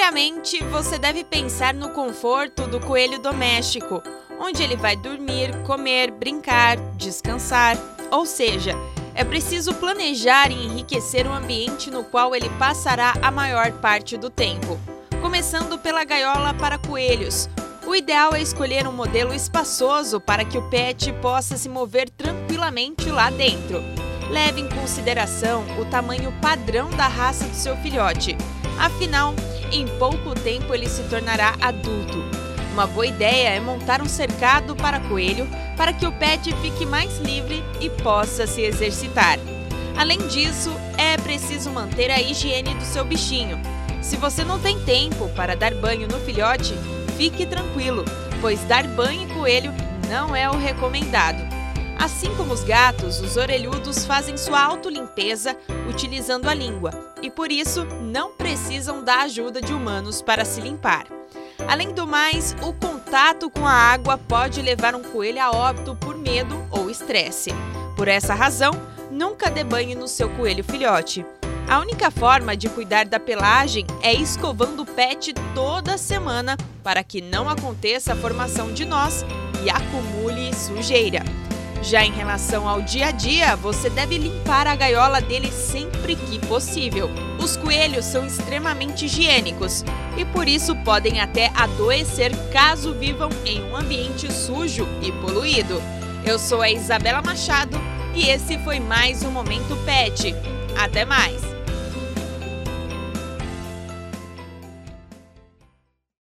Primeiramente, você deve pensar no conforto do coelho doméstico, onde ele vai dormir, comer, brincar, descansar. Ou seja, é preciso planejar e enriquecer o ambiente no qual ele passará a maior parte do tempo. Começando pela gaiola para coelhos. O ideal é escolher um modelo espaçoso para que o pet possa se mover tranquilamente lá dentro. Leve em consideração o tamanho padrão da raça do seu filhote. Afinal, em pouco tempo ele se tornará adulto. Uma boa ideia é montar um cercado para coelho para que o pet fique mais livre e possa se exercitar. Além disso, é preciso manter a higiene do seu bichinho. Se você não tem tempo para dar banho no filhote, fique tranquilo, pois dar banho em coelho não é o recomendado. Assim como os gatos, os orelhudos fazem sua autolimpeza utilizando a língua e, por isso, não precisam da ajuda de humanos para se limpar. Além do mais, o contato com a água pode levar um coelho a óbito por medo ou estresse. Por essa razão, nunca dê banho no seu coelho filhote. A única forma de cuidar da pelagem é escovando o pet toda semana para que não aconteça a formação de nós e acumule sujeira. Já em relação ao dia a dia, você deve limpar a gaiola dele sempre que possível. Os coelhos são extremamente higiênicos e por isso podem até adoecer caso vivam em um ambiente sujo e poluído. Eu sou a Isabela Machado e esse foi mais um Momento Pet. Até mais!